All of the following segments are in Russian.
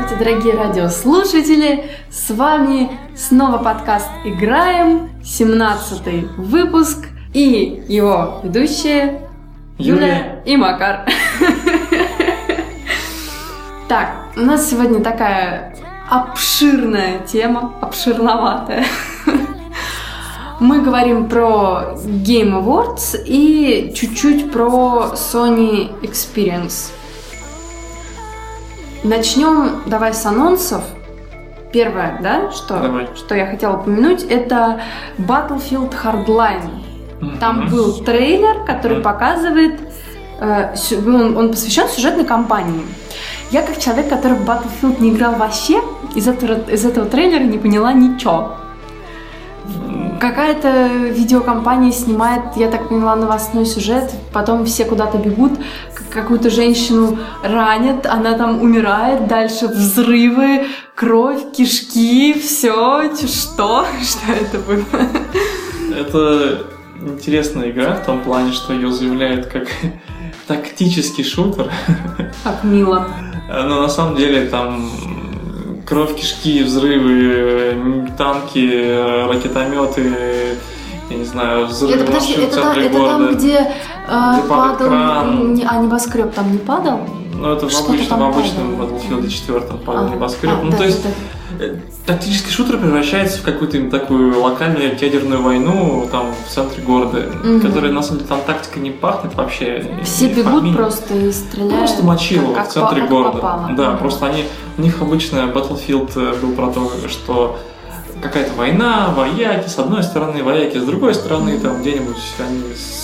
Здравствуйте, дорогие радиослушатели! С вами снова подкаст «Играем», 17-й выпуск, и его ведущие Юля и Макар. Так, у нас сегодня такая обширная тема, обширноватая. Мы говорим про Game Awards и чуть-чуть про Sony Experience. Начнем давай с анонсов. Первое, да, что я хотела упомянуть, это Battlefield Hardline. Там был трейлер, который показывает, он посвящен сюжетной кампании. Я, как человек, который в Battlefield не играл вообще, из этого трейлера не поняла ничего. Какая-то видеокомпания снимает, я так поняла, новостной сюжет, потом все куда-то бегут, какую-то женщину ранят, она там умирает, дальше взрывы, кровь, кишки, все, что это было? Это интересная игра в том плане, что ее заявляют как тактический шутер. Как мило. Но на самом деле там кровь, кишки, взрывы, танки, ракетометы, я не знаю, взрывы машин в центре города. Это там, где падал кран. Небоскреб там не падал? Ну, это в обычном Battlefield 4 падал небоскреб. То есть тактический шутер превращается в какую-то такую локальную ядерную войну там в центре города, которая на самом деле там тактика не пахнет вообще. Все бегут просто и стреляют. Просто мочилово в центре города. Попало. Да, просто у них обычно Battlefield был про то, что какая-то война, вояки с одной стороны, вояки с другой стороны, там где-нибудь они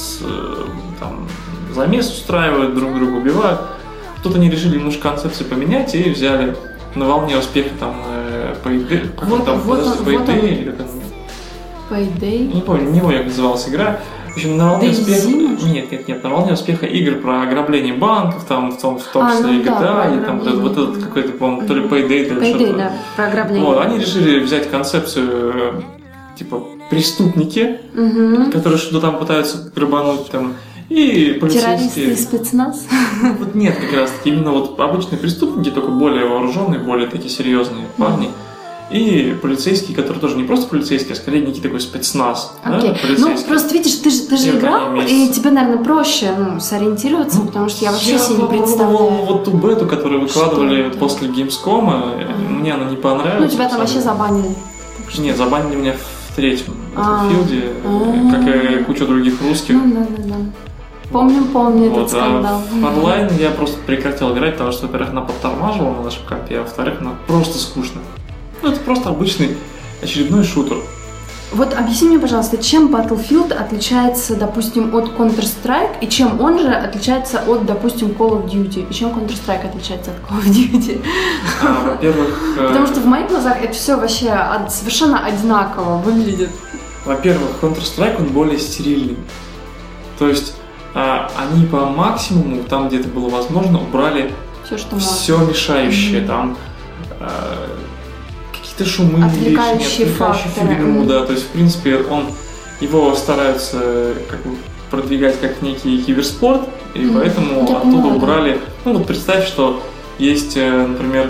замес устраивают, друг друга убивают. Тут они решили немножко концепцию поменять и взяли на волне успеха там Payday, или как он? Payday? Не помню, не как называлась игра. В общем, на волне успеха. Нет, на волне успеха игр про ограбление банков, там в том числе и GTA, и там вот этот какой-то, по-моему, то ли Payday, то ли что-то. Payday, да, про ограбление. Вот, они решили взять концепцию типа преступники, которые что-то там пытаются грабануть там. И полицейские. Террористы и спецназ? Вот нет, как раз таки именно вот обычные преступники, только более вооруженные, более такие серьезные парни. И полицейские, которые тоже не просто полицейские, а скорее некий такой спецназ. Okay. Да, ну, просто видишь, ты же играл, и тебе, наверное, проще сориентироваться, потому что я вообще себе не представляю. Вот ту бету, которую выкладывали после Gamescom, мне она не понравилась. Ну, тебя там вообще забанили. Нет, забанили меня в третьем Battlefield, как и куча других русских. Да. Помню этот скандал. В Hardline я просто прекратил играть, потому что, во-первых, она подтормаживала на нашем компе, а во-вторых, она просто скучно. Ну, это просто обычный очередной шутер. Вот объясни мне, пожалуйста, чем Battlefield отличается, допустим, от Counter-Strike, и чем он же отличается от, допустим, Call of Duty, и чем Counter-Strike отличается от Call of Duty? Во-первых... Потому что в моих глазах это все вообще совершенно одинаково выглядит. Во-первых, Counter-Strike, он более стерильный. То есть они по максимуму, там, где это было возможно, убрали все мешающее. Там какие-то шумы, отвлекающие факторы. Да, то есть, в принципе, его стараются продвигать как некий киберспорт, и поэтому оттуда убрали. Ну вот представь, что есть, например,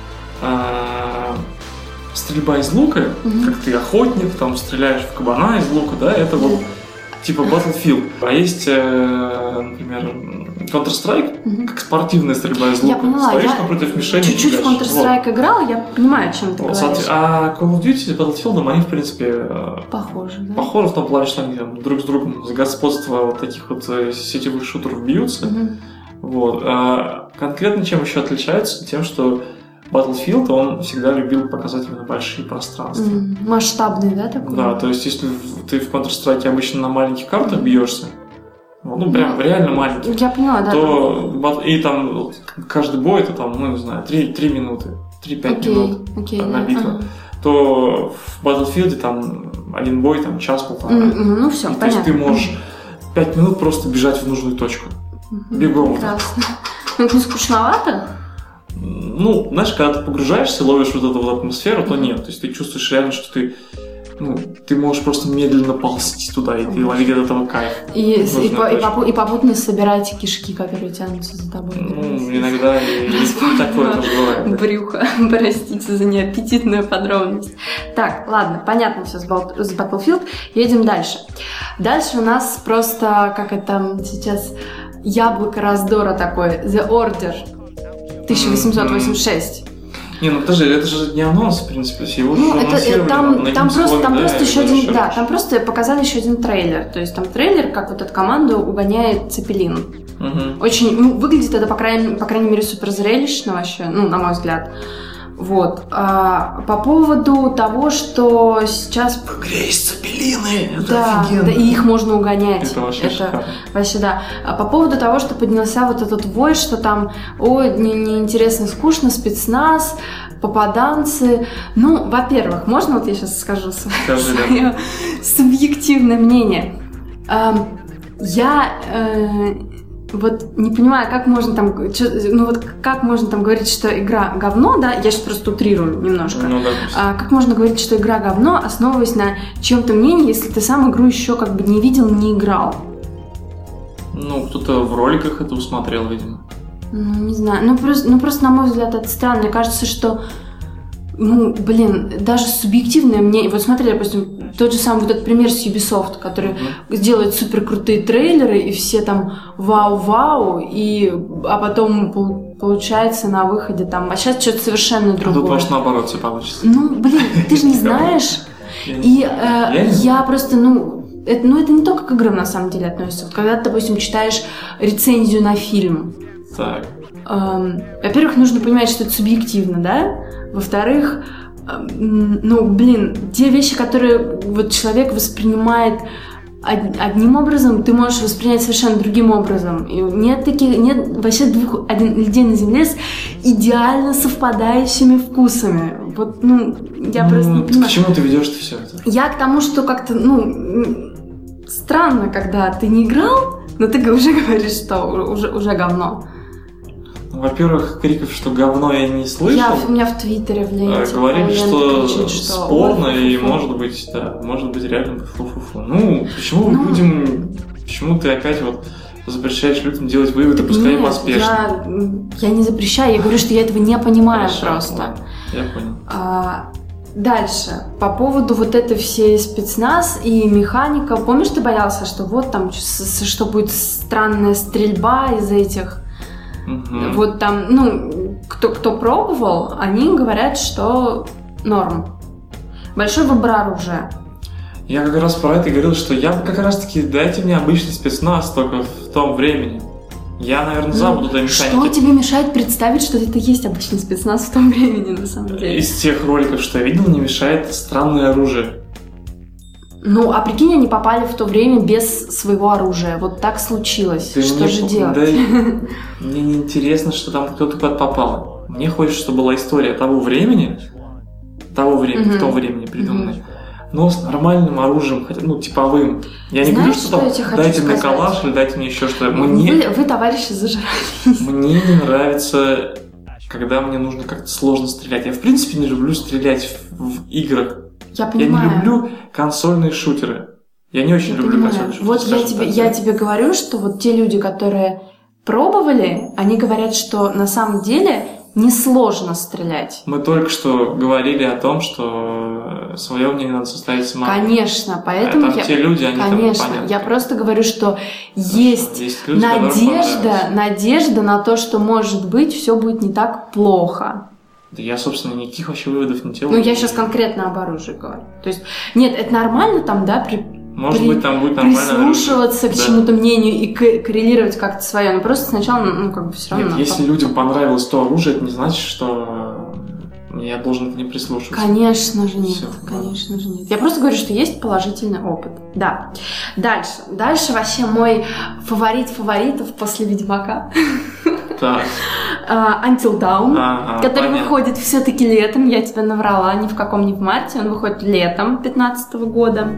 стрельба из лука, как ты охотник, там стреляешь в кабана из лука, да, это вот типа Battlefield. А есть, например, Counter-Strike, как спортивная стрельба из лука. Я поняла, стоишь напротив мишени. Чуть-чуть в Counter-Strike играла, я понимаю, о чем ты говоришь. А Call of Duty с Battlefield, они, в принципе, похожи, да? Похожи в том плане, что они там друг с другом с господства вот таких вот сетевых шутеров бьются. Вот. Конкретно чем еще отличаются? Тем, что Battlefield, он всегда любил показать именно большие пространства. Масштабный, да, такой? Да, то есть если ты в Counter-Strike обычно на маленьких картах бьешься, ну прям реально маленьких, я поняла, да. То и там каждый бой это там, ну не знаю, 3 минуты, 3-5 минут на битву. То в Battlefield там один бой, там час-полтора. Ну все, понятно. То есть ты можешь 5 минут просто бежать в нужную точку. Бегом. Прекрасно. Ну это не скучновато? Ну, знаешь, когда ты погружаешься, ловишь вот эту вот атмосферу, то нет. То есть ты чувствуешь реально, что ты ты можешь просто медленно ползти туда, и ты ловить от этого кайф. И попутно собирать кишки, которые тянутся за тобой. Иногда и такое тоже бывает. Брюхо, простите за неаппетитную подробность. Так, ладно, понятно все с Battlefield. Едем дальше. Дальше у нас просто, как это сейчас, яблоко раздора такое, The Order 1886. Не, это же не анонс, в принципе, его там просто еще один, да, там просто показали еще один трейлер. То есть там трейлер, как вот эту команду угоняет Цепелин. Очень, выглядит это, по крайней мере, супер зрелищно вообще, на мой взгляд. Вот. По поводу того, что сейчас... В игре есть Цепелины, это офигенно. Да, и их можно угонять. Это вообще шикарно. Вообще, да. По поводу того, что поднялся вот этот вой, что там, неинтересно, скучно, спецназ, попаданцы. Во-первых, можно вот я сейчас скажу свое субъективное мнение? Я... Вот не понимаю, как можно там говорить, что игра говно, да, я сейчас просто утрирую немножко. Как можно говорить, что игра говно, основываясь на чьем-то мнении, если ты сам игру еще как бы не видел, не играл? Кто-то в роликах это усмотрел, видимо. Не знаю, просто на мой взгляд это странно. Мне кажется, что даже субъективное мнение. Вот смотри, допустим, тот же самый вот этот пример с Ubisoft, который делает супер крутые трейлеры, и все там вау-вау, а потом получается на выходе там, а сейчас что-то совершенно другое. Тут может наоборот все получится. Ты же не знаешь. И я просто, это не только к играм на самом деле относится. Вот когда ты, допустим, читаешь рецензию на фильм. Так. Во-первых, нужно понимать, что это субъективно, да? Во-вторых, те вещи, которые вот человек воспринимает одним образом, ты можешь воспринять совершенно другим образом. И нет вообще двух людей на Земле с идеально совпадающими вкусами. Вот, я просто не понимаю. К чему ты ведешь-то все это? Я к тому, что как-то, странно, когда ты не играл, но ты уже говоришь, что уже говно. Во-первых, криков, что говно, я не слышал. У меня в Твиттере в ленте. Говорили, что спорно и может быть реально фу-фу-фу. Почему людям, почему ты опять запрещаешь людям делать выводы, пускай поспешно? Я не запрещаю, я говорю, что я этого не понимаю. Хорошо, просто. Ладно, я понял. Дальше, по поводу вот этой всей спецназ и механика. Помнишь, ты боялся, что вот там, что будет странная стрельба из этих... Вот там, кто пробовал, они говорят, что норм. Большой выбор оружия. Я как раз про это говорил, что я как раз таки, дайте мне обычный спецназ, только в том времени. Я, наверное, забуду до механики. Что тебе мешает представить, что это есть обычный спецназ в том времени, на самом деле? Из тех роликов, что я видел, не мешает странное оружие. А прикинь, они попали в то время без своего оружия. Вот так случилось. Что же делать? Мне не интересно, что там кто-то куда-то попал. Мне хочется, чтобы была история того времени, в том времени придуманной, но с нормальным оружием, типовым. Я не говорю, что там дайте мне калаш или дайте мне еще что-то. Вы, товарищи, зажрались. Мне не нравится, когда мне нужно как-то сложно стрелять. Я, в принципе, не люблю стрелять в играх. Я понимаю. Я не люблю консольные шутеры. Я не очень люблю консольные шутеры. Вот я тебе говорю, что вот те люди, которые пробовали, они говорят, что на самом деле несложно стрелять. Мы только что говорили о том, что свое мнение надо составить самому. Конечно, поэтому те люди, они конечно, там понятны. Я просто говорю, что есть люди, надежда на то, что, может быть, все будет не так плохо. Да я, собственно, никаких вообще выводов не делаю. Я сейчас конкретно об оружии говорю. То есть, нет, это нормально там, да, может быть, там будет нормально прислушиваться к чему-то мнению и коррелировать как-то свое. Но просто сначала, все равно... Нет, если людям понравилось то оружие, это не значит, что я должен к ним прислушиваться. Конечно же нет. Конечно же нет. Я просто говорю, что есть положительный опыт. Да. Дальше вообще мой фаворит фаворитов после Ведьмака. Так. Until Dawn, который выходит все-таки летом. Я тебя наврала, ни в марте. Он выходит летом 2015 года.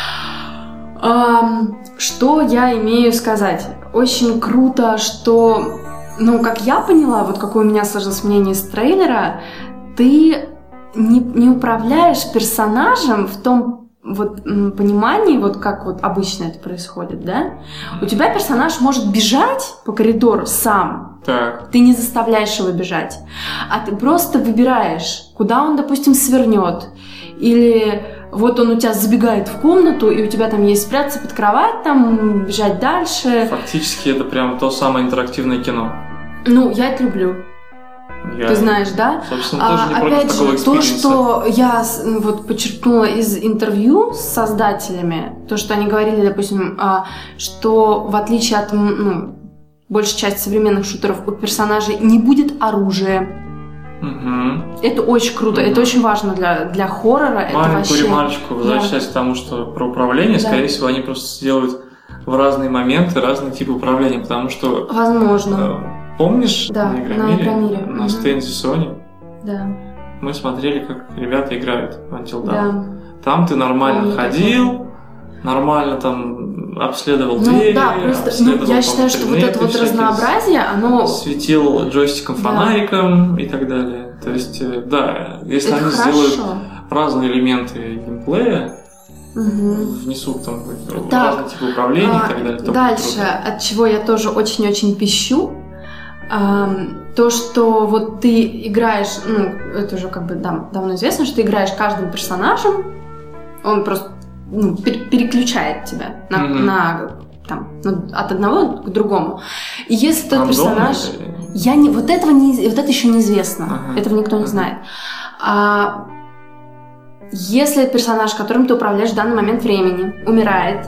Что я имею сказать? Очень круто, что, как я поняла, вот какое у меня сложилось мнение с трейлера, ты не управляешь персонажем в том понимании, вот как вот обычно это происходит, да, у тебя персонаж может бежать по коридору сам. Так. Ты не заставляешь его бежать, а ты просто выбираешь, куда он, допустим, свернет. Или вот он у тебя забегает в комнату, и у тебя там есть спрятаться под кровать, там бежать дальше. Фактически это прям то самое интерактивное кино. Ну, я это люблю. Ты знаешь, да? Собственно, тоже не против опять такого же, то, экспириенса. что я вот подчеркнула из интервью с создателями, то, что они говорили, допустим, что в отличие от большей части современных шутеров у персонажей не будет оружия. Угу. Это очень круто, это очень важно для хоррора. Маленькую ремарочку, возвращаясь к тому, что про управление, скорее всего, они просто сделают в разные моменты разные типы управления, потому что... Возможно. Помнишь на Игромире? На стенде Sony? Да. Мы смотрели, как ребята играют в Until Dawn. Да. Там ты нормально ходил, нормально там обследовал двери, да, просто я считаю, что вот это вот разнообразие, оно... Светил джойстиком, фонариком и так далее. То есть, да, если это они хорошо. сделают разные элементы геймплея, внесут там разные типы управления и так далее. Дальше, от чего я тоже очень-очень пищу, то, что вот ты играешь, это уже как бы давно известно, что ты играешь каждым персонажем, он просто переключает тебя от одного к другому. И если тот персонаж... Вот это еще неизвестно, этого никто не знает. Если персонаж, которым ты управляешь в данный момент времени, умирает,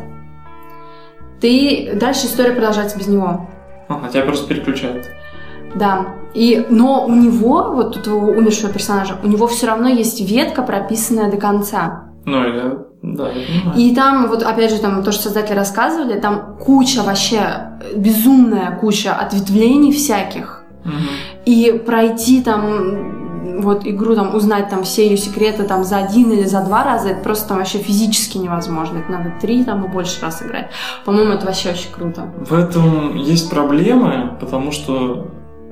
дальше история продолжается без него. Тебя просто переключают. Да. Но у него, вот у твоего умершего персонажа, у него все равно есть ветка, прописанная до конца. Я понимаю. И там, вот опять же, там то, что создатели рассказывали, там куча вообще, безумная куча ответвлений всяких. И пройти там, вот игру, там, узнать там все ее секреты там за 1 или за 2 раза, это просто там вообще физически невозможно. Это надо 3 там и больше раз играть. По-моему, это вообще очень круто. В этом есть проблемы, потому что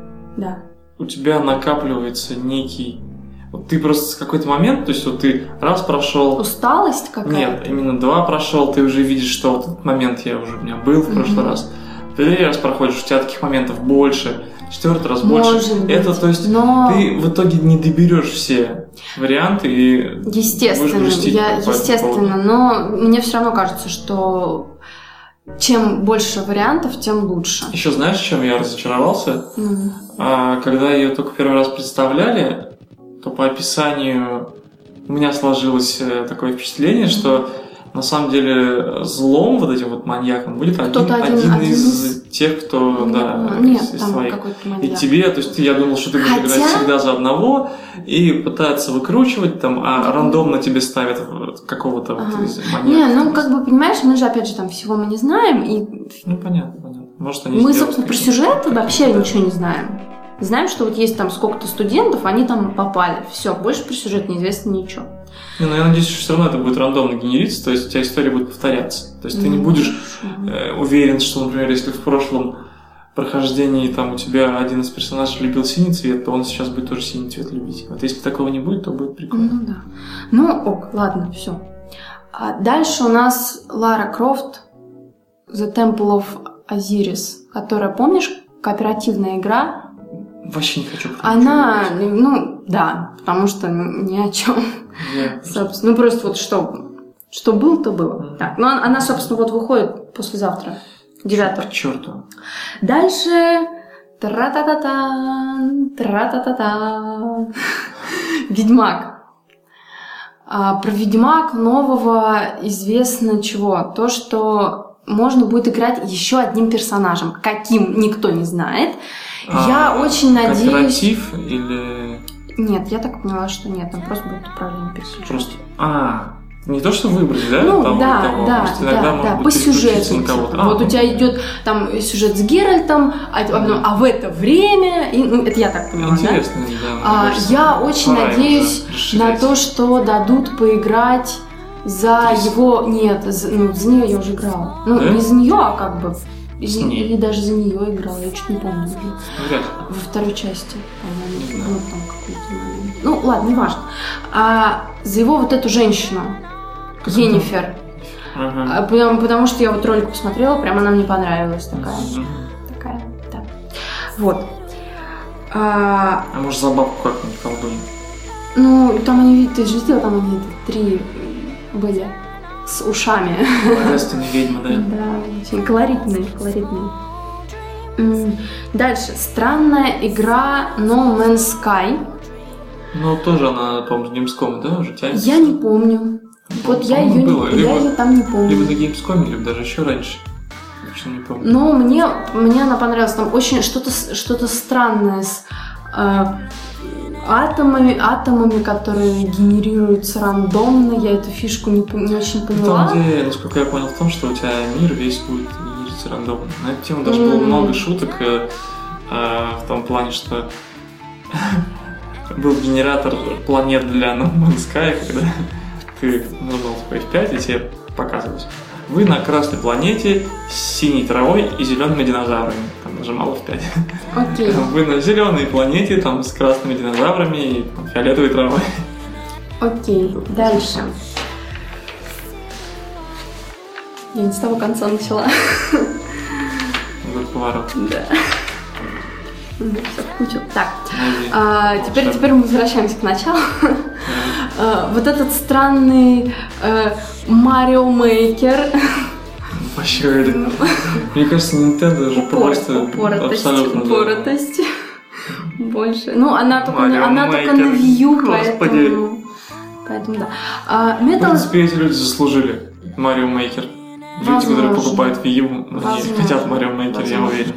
у тебя накапливается некий... Вот ты просто в какой-то момент, то есть вот ты раз прошел... Усталость какая-то? Нет, именно 2 прошел, ты уже видишь, что вот этот момент у меня был в прошлый раз. 3 раз проходишь, у тебя таких моментов больше, 4 раз больше. Это, то есть, ты в итоге не доберешь все варианты и естественно, будешь грустить естественно, но мне все равно кажется, что чем больше вариантов, тем лучше. Еще знаешь, в чем я разочаровался? Когда ее только первый раз представляли, то по описанию у меня сложилось такое впечатление, что на самом деле злом, вот этим вот маньяком, будет один из тех, кто, из твоих. И тебе, то есть я думал, что ты будешь играть всегда за одного и пытаться выкручивать там, рандомно тебе ставят какого-то из маньяка. как бы, понимаешь, мы же, опять же, там всего мы не знаем. И... понятно. Может, они мы, собственно, про сюжет вообще ничего не знаем. Знаем, что вот есть там сколько-то студентов, они там попали. Все, больше про сюжет неизвестно ничего. Я надеюсь, что все равно это будет рандомно генериться, то есть у тебя история будет повторяться. То есть ты не будешь уверен, что, например, если в прошлом прохождении там у тебя один из персонажей любил синий цвет, то он сейчас будет тоже синий цвет любить. Вот если такого не будет, то будет прикольно. Ладно, все. Дальше у нас Лара Крофт, The Temple of Osiris, которая, помнишь, кооперативная игра. Вообще не хочу. Она, потому что ни о чем. Собственно, просто вот что было, то было. Так, она, собственно, вот выходит послезавтра, 9-го. К черту. Дальше Ведьмак. Про Ведьмак нового известно чего? То, что можно будет играть еще одним персонажем. Каким, никто не знает. Я очень надеюсь... Кооператив или... Нет, я так поняла, что нет. Там просто будет управление персонажем. Просто... Не то, что выбрать, да? Да, по сюжету. Вот у тебя идет там сюжет с Геральтом, а в это время... это я так поняла, интересно, да? Я очень надеюсь на то, что дадут поиграть за его... Нет, за нее я уже играла. Не за нее, а как бы... Или даже за нее играла, я чуть не помню уже. Во второй части, по-моему, там какой-то момент. Ладно, неважно. За его вот эту женщину, Енифер. Потому что я вот ролик посмотрела, прям она мне понравилась такая. Такая, да. Вот. А может за бабку как-нибудь колдунь? Ну, там они, ты же видела, там они 3 были с ушами. Божественные ведьмы, да? Да, очень колоритные. Дальше. Странная игра No Man's Sky. Ну, тоже она, по-моему, на Gamescom, да, уже тянется? Я не помню. Вот я ее там не помню. Либо на Gamescom, либо даже еще раньше. Точно не помню. Но мне она понравилась. Там очень что-то странное с атомами, которые генерируются рандомно. Я эту фишку не очень поняла. Там, где, насколько я понял, в том, что у тебя мир весь будет генерироваться рандомно. На эту тему даже было много шуток в том плане, что был генератор планет для No Man's Sky, когда ты нажимал F5 и тебе показывалось. Вы на красной планете с синей травой и зелеными динозаврами. Там нажимал F5. Окей. Вы на зеленой планете там с красными динозаврами и фиолетовой травой. Окей, дальше. Я не с того конца начала. Был поворот. Да. Все в кучу. Так, теперь мы возвращаемся к началу. Вот этот странный Марио Мейкер. Вообще, мне кажется, Nintendo же просто абсолютно... Упоротость. Больше. Ну, она только на Wii U, поэтому да. В принципе, эти люди заслужили Марио Мейкер. Люди, которые покупают Wii U, они хотят Марио Мейкер, я уверен.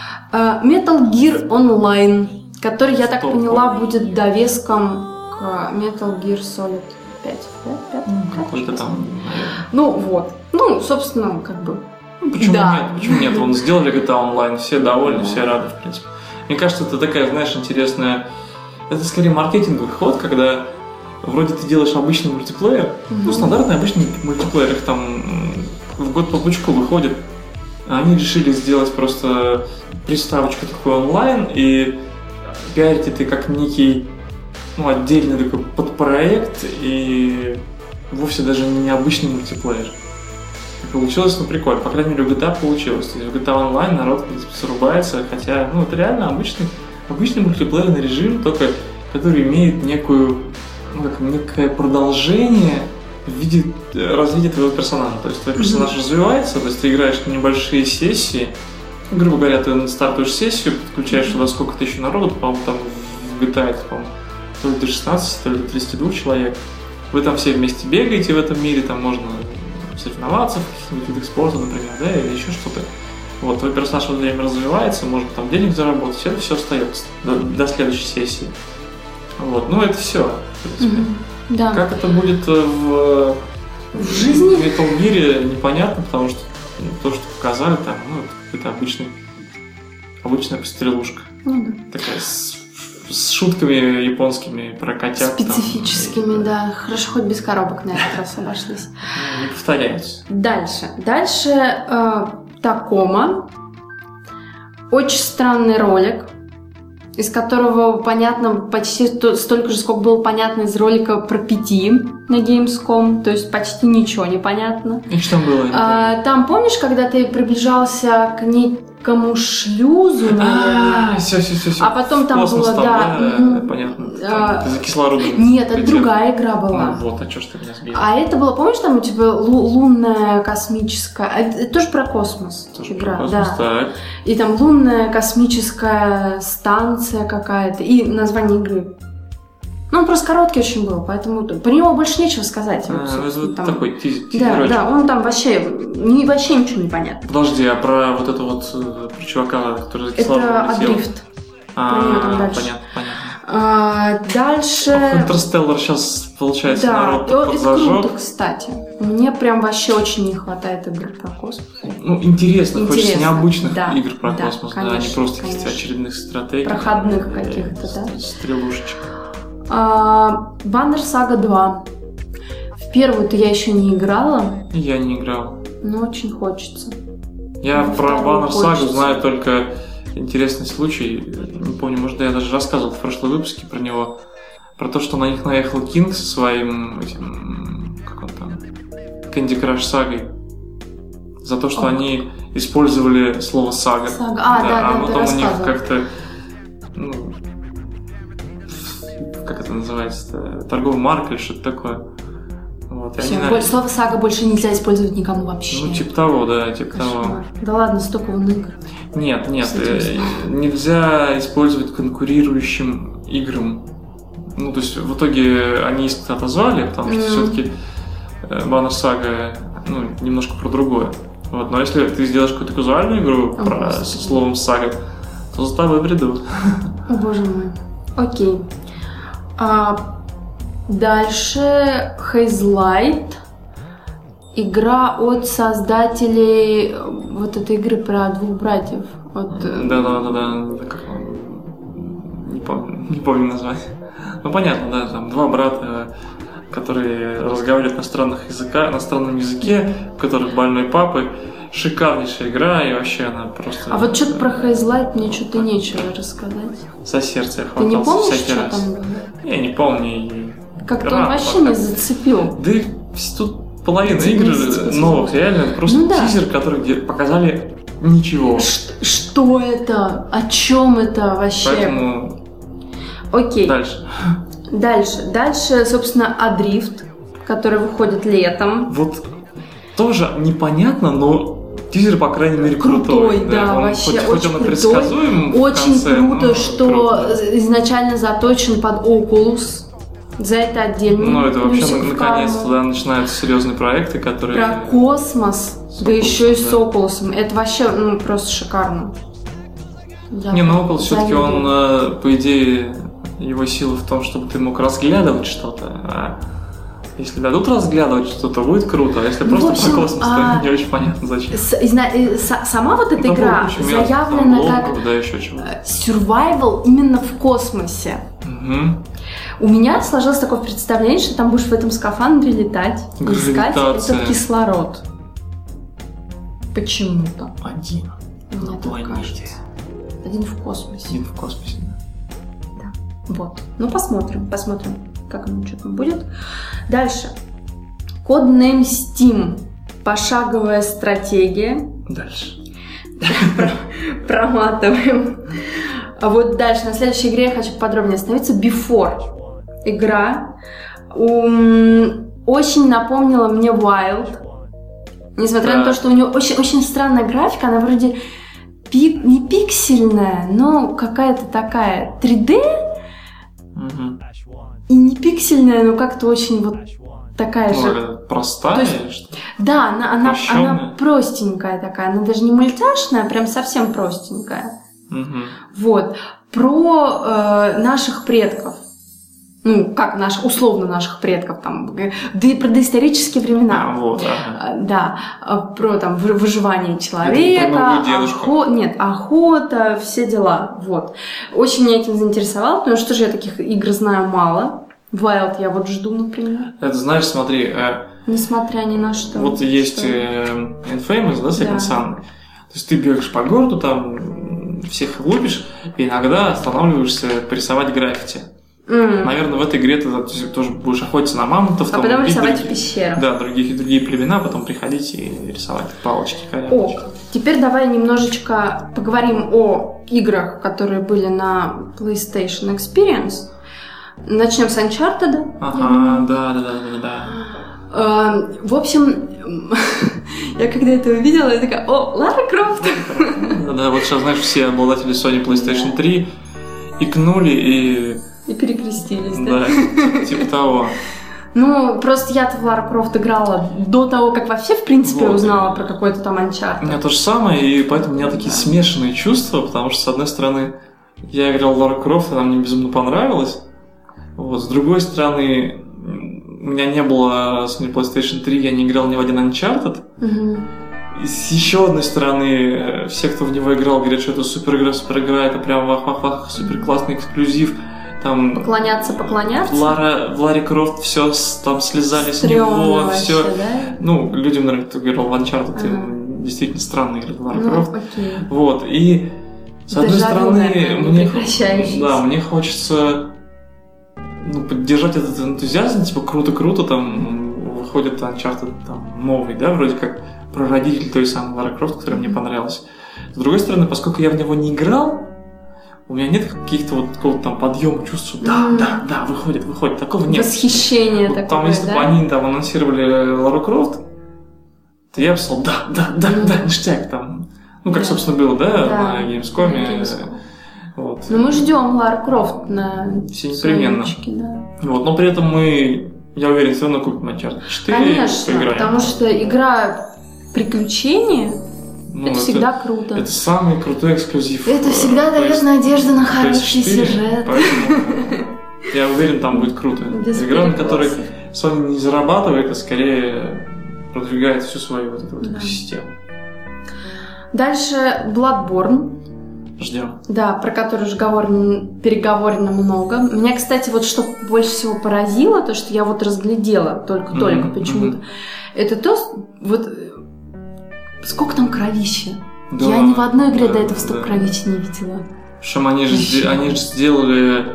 Metal Gear Online, который, я так поняла, будет довеском к Metal Gear Solid 5. Какой-то там, ну вот. Ну, собственно, как бы. Почему нет? Почему нет? Вон сделали GTA Online, все довольны, все рады, в принципе. Мне кажется, это такая, знаешь, интересная... Это скорее маркетинговый ход, когда вроде ты делаешь обычный мультиплеер, ну, стандартный обычный мультиплеер, их там в год по пучку выходит. Они решили сделать просто приставочку такой онлайн и пиарить это как некий, ну, отдельный такой подпроект и вовсе даже не обычный мультиплеер. И получилось, ну, прикольно. По крайней мере, в GTA получилось. То есть в GTA Online народ, в принципе, срубается, хотя, ну, это реально обычный мультиплеерный режим, только который имеет некую, ну, как некое продолжение в виде развития твоего персонажа. То есть твой персонаж развивается, то есть ты играешь в небольшие сессии. Грубо говоря, ты стартуешь сессию, подключаешь туда сколько-то еще народу, по-моему, там в GTA, по-моему, то ли до 16, то ли до 32 человек. Вы там все вместе бегаете в этом мире, там можно соревноваться в каких-нибудь видах спорта, например, да, или еще что-то. Вот, твой персонаж в это время развивается, может там денег заработать, это все остается до следующей сессии. Вот, ну это все, в принципе. Да. Как это будет в жизни? В Metal Gear непонятно, потому что то, что показали там, ну, это какая-то обычная пострелушка. Ну да. Такая с шутками японскими про котят. Специфическими, там, да. Хорошо, хоть без коробок на этот раз обошлись. Не повторяются. Дальше Такома. Очень странный ролик, из которого понятно почти столько же, сколько было понятно из ролика про Пяти на Gamescom, то есть почти ничего не понятно. И что там было? Там, помнишь, когда ты приближался к некому шлюзу, наверное? Все. А потом там было, да. Понятно. Ты за кислородом. Нет, это другая игра была. Ну вот, а что ж ты меня сбил? А это было, помнишь, там у тебя лунная космическая... Это тоже про космос игра, про космос, да. Так. И там лунная космическая станция какая-то. И название игры. Ну, он просто короткий очень был, поэтому про него больше нечего сказать. Это там... такой тизер. Да, он там вообще ничего не понятно. Подожди, а про вот это вот, про чувака, который за кислородом это летел? Адрифт. Про него там дальше. Понятно. Дальше... Интерстеллар сейчас, получается, народ это подзажег. круто, кстати. Мне прям вообще очень не хватает игр про космос. Ну, интересно. Хочется необычных игр про космос, конечно, да, не просто каких-то очередных стратегий. Проходных каких-то, да. Стрелушечек. Banner Saga 2. В первую-то я еще не играла. Я не играл. Но очень хочется. Я про Banner Saga знаю только интересный случай. Не помню, может, я даже рассказывал в прошлом выпуске про него. Про то, что на них наехал Кинг со своим этим... Как он там? Candy Crush сагой. За то, что они использовали слово сага. А потом у них как-то, как это называется, торговая марка или что-то такое. Вот, слово сага больше нельзя использовать никому вообще. Ну, типа того, да, типа того. Да ладно, столько вон игр. Нет, нельзя использовать конкурирующим играм. Ну, то есть, в итоге они их отозвали, потому что все-таки Banner Saga, немножко про другое. Вот, но если ты сделаешь какую-то казуальную игру со словом сага, то за тобой придут. О, боже мой. Окей. Дальше Hazelight. Игра от создателей вот этой игры про двух братьев. Да. Не помню название. Ну, понятно, да, там два брата, которые разговаривают на странном языке, у которых больной папы. Шикарнейшая игра, и вообще она просто... А вот что-то про Hazelight мне что-то нечего рассказать. За сердце я хватался. Ты не помнишь, всякий что раз. Там было? Я не помню. Как-то он вообще не зацепил. Да тут половина игр новых, реально, это просто тизер, который показали ничего. Что это? О чем это вообще? Поэтому... Окей. Дальше, собственно, Adrift, который выходит летом. Вот тоже непонятно, но тизер, по крайней мере, крутой. Да, вообще хоть очень он и предсказуем очень в конце, круто, что изначально заточен под Oculus. За это отдельно. Ну, это вообще наконец-то начинаются серьезные проекты, которые... Про космос, да еще и с Oculus. Это вообще просто шикарно. Oculus все-таки он, по идее, его сила в том, чтобы ты мог разглядывать что-то. А если дадут разглядывать что-то, будет круто. А если просто про космос, то не очень понятно, зачем. Сама вот эта игра заявлена как survival именно в космосе. У меня сложилось такое впечатление, что там будешь в этом скафандре летать и искать этот кислород. Почему-то. Один. Мне так кажется. Один в космосе. Да. Вот. Ну, посмотрим, как оно что там будет. Дальше. Codename Steam. Пошаговая стратегия. Дальше. Проматываем. А вот дальше, на следующей игре я хочу подробнее остановиться. Before. Игра. Очень напомнила мне Wild. Несмотря на то, что у нее очень, очень странная графика, она вроде не пиксельная, но какая-то такая 3D. И не пиксельная, но как-то очень вот такая же. Простая? Есть, да, она простенькая такая. Она даже не мультяшная, прям совсем простенькая. Вот. Про наших предков. Условно наших предков, там, про доисторические времена. Да, про там выживание человека, охота, все дела. Вот. Очень меня этим заинтересовало, потому что я таких игр знаю мало. Wild я вот жду, например. Это знаешь, смотри. Несмотря ни на что. Вот есть Infamous, да, Second Son. То есть ты бегаешь по городу, там всех лупишь, и иногда останавливаешься порисовать граффити. Наверное, в этой игре ты тоже будешь охотиться на мамонтов. А потом рисовать в пещерах. Да, другие племена, потом приходить и рисовать палочки. Теперь давай немножечко поговорим о играх, которые были на PlayStation Experience. Начнем с Uncharted. Да. В общем, я когда это увидела, я такая: о, Лара Крофт! Да, вот сейчас, знаешь, все обладатели Sony PlayStation 3 икнули и перекрестились, да? Типа того. Ну, просто я-то в Лара Крофт играла до того, как вообще, в принципе, узнала про какой-то там Uncharted. У меня то же самое, и поэтому у меня такие смешанные чувства, потому что, с одной стороны, я играл в Лара Крофт, она мне безумно понравилась. Вот, с другой стороны, у меня не было Sony PlayStation 3, я не играл ни в один Uncharted. И с еще одной стороны, все, кто в него играл, говорят, что это супер игра, это прям вах-вах-вах, супер классный эксклюзив. Там поклоняться. В Ларе Крофт все там слезали с него, все. Да? Ну, людям, наверное, кто играл в Uncharted, действительно странно играть в Лара Крофт. Вот, и с одной стороны, мне хочется поддержать этот энтузиазм, типа круто, там выходит Uncharted там, новый, да, вроде как прародитель той самой Лары Крофт, которая мне понравилась. С другой стороны, поскольку я в него не играл, у меня нет каких-то вот какого-то там подъема чувств, да, выходит, такого нет. Восхищение вот такое, там, если бы они там анонсировали Лару Крофт, то я бы сказал, да, ништяк там. Ну, как, собственно, было, на Gamescom. Вот. Но мы ждем Лару Крофт на все непременно. Да. Вот, но при этом я уверен, все равно купим Uncharted 4. Конечно, поиграем. Потому что игра приключения, это всегда круто. Это самый крутой эксклюзив. Это всегда дает надежду на хороший сюжет. Я уверен, там будет круто. Игра, на которой Sony не зарабатывает, а скорее продвигает всю свою вот эту экосистему. Дальше Bloodborne. Ждем. Да, про который уже переговорено много. Меня, кстати, вот что больше всего поразило, то, что я вот разглядела только почему-то, это то, вот сколько там кровища. Да, я ни в одной игре до этого столько кровища не видела. Причем они же сделали,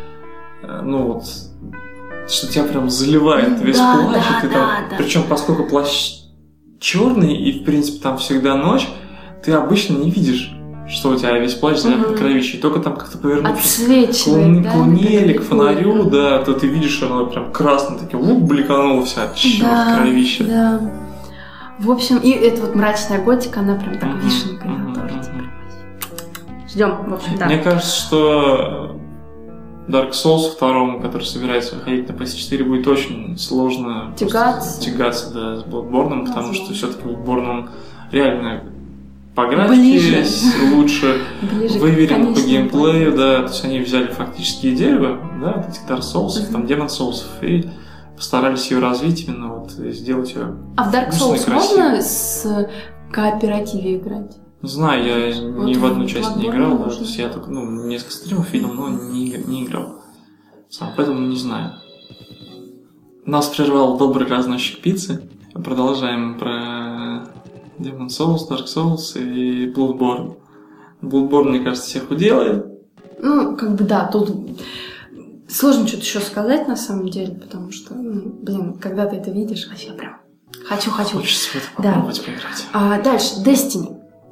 что тебя прям заливает весь плащ. Причем, поскольку плащ черный и, в принципе, там всегда ночь, ты обычно не видишь, что у тебя весь плащ заляпан кровищей. Только там как-то повернувшись к луне или к фонарю, то ты видишь, что оно прям красное, такие бликануло вся кровища. Да. В общем, и эта вот мрачная готика, она прям так вишенкой на торте. Ждем, в общем, да. Мне кажется, что Dark Souls 2, который собирается выходить на PS4, будет очень сложно тягаться с Bloodborne, потому что все-таки Bloodborne, он реально по графике лучше, выверен по геймплею, то есть они взяли фактически идею, вот этих Dark Souls, там Demon Souls, и постарались ее развить именно сделать ее. А в Dark Souls можно с кооперативе играть? Не знаю, я ни в одну часть не играл, то есть я только несколько стримов видел, но не играл. Сам, поэтому не знаю. Нас прервал добрый разносчик пиццы. Продолжаем про Demon Souls, Dark Souls и Bloodborne. Bloodborne, мне кажется, всех уделает. Тут сложно что-то еще сказать на самом деле, потому что, когда ты это видишь, вообще прям хочу. Хочется в это попробовать поиграть. А дальше, Destiny.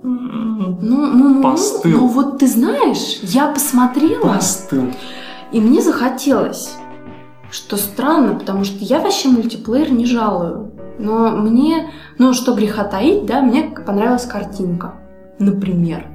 Постыл. Ну вот ты знаешь, я посмотрела. Постыл. И мне захотелось. Что странно, потому что я вообще мультиплеер не жалую. Но мне, что греха таить, мне понравилась картинка. Например.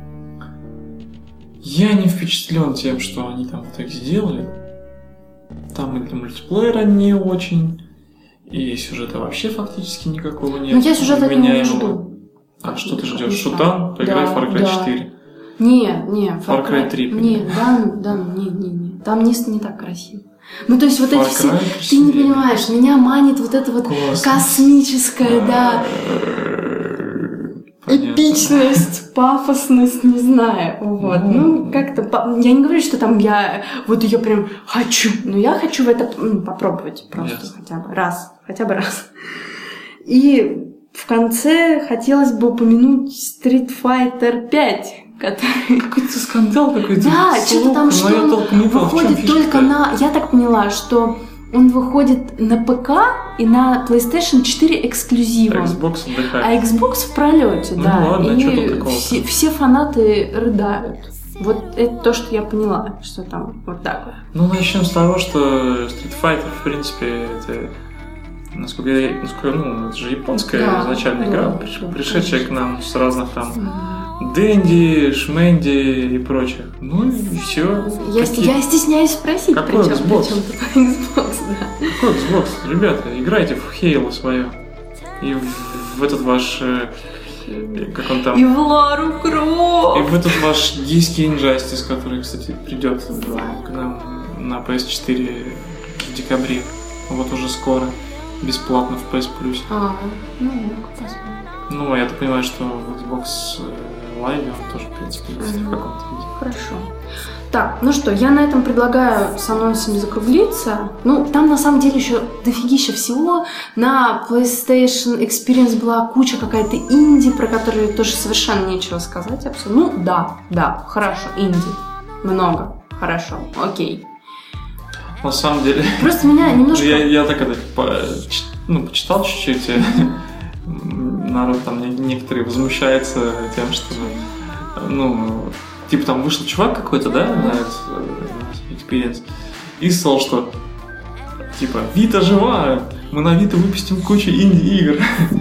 Я не впечатлен тем, что они там в итоге сделали. Там и для мультиплеера не очень. И сюжета вообще фактически никакого нет. Но я сюжета от него не жду. А что ты ждешь? Шутан? Поиграй в Far Cry 4. Не, Far Cry 3. Не. Там не так красиво. То есть вот эти все... Ты не понимаешь, меня манит вот это вот космическое, эпичность, пафосность, не знаю. Вот. Как-то... Я не говорю, что там я вот ее прям хочу, но я хочу в это попробовать просто хотя бы раз. И в конце хотелось бы упомянуть Street Fighter 5, который... Какой-то скандал какой-то. Да, что-то там, что он выходит только на... Я так поняла, что он выходит на ПК и на PlayStation 4 эксклюзивом. Xbox отдыхает. А Xbox в пролете, ладно, и что тут такого? все фанаты рыдают. Вот это то, что я поняла, что там вот так вот. Начнем с того, что Street Fighter, в принципе, это... Насколько это же японская изначальная игра, пришедшая к нам с разных там Дэнди, Шменди и прочих. И все. Я стесняюсь спросить, какой Xbox? Xbox, Какой Xbox? Ребята, играйте в Halo свое. И в этот ваш... как он там? И в Лару Крофт! И в этот ваш диский Injustice, который, кстати, придет к нам на PS4 в декабре. Вот уже скоро. Бесплатно в PS Plus. Я так понимаю, что в Xbox Live он тоже, в принципе, есть в каком-то виде. Хорошо. Так, я на этом предлагаю с анонсами закруглиться. Там на самом деле еще дофигища всего. На PlayStation Experience была куча какая-то инди, про которую тоже совершенно нечего сказать. Абсолютно. Да, хорошо, инди. Много. Хорошо, окей. На самом деле... Просто меня немножко... Я так почитал чуть-чуть. Народ там некоторые возмущается тем, что, типа там вышел чувак какой-то, да, на экспириенс, и сказал, что, типа, Vita жива, мы на Vita выпустим кучу инди-игр.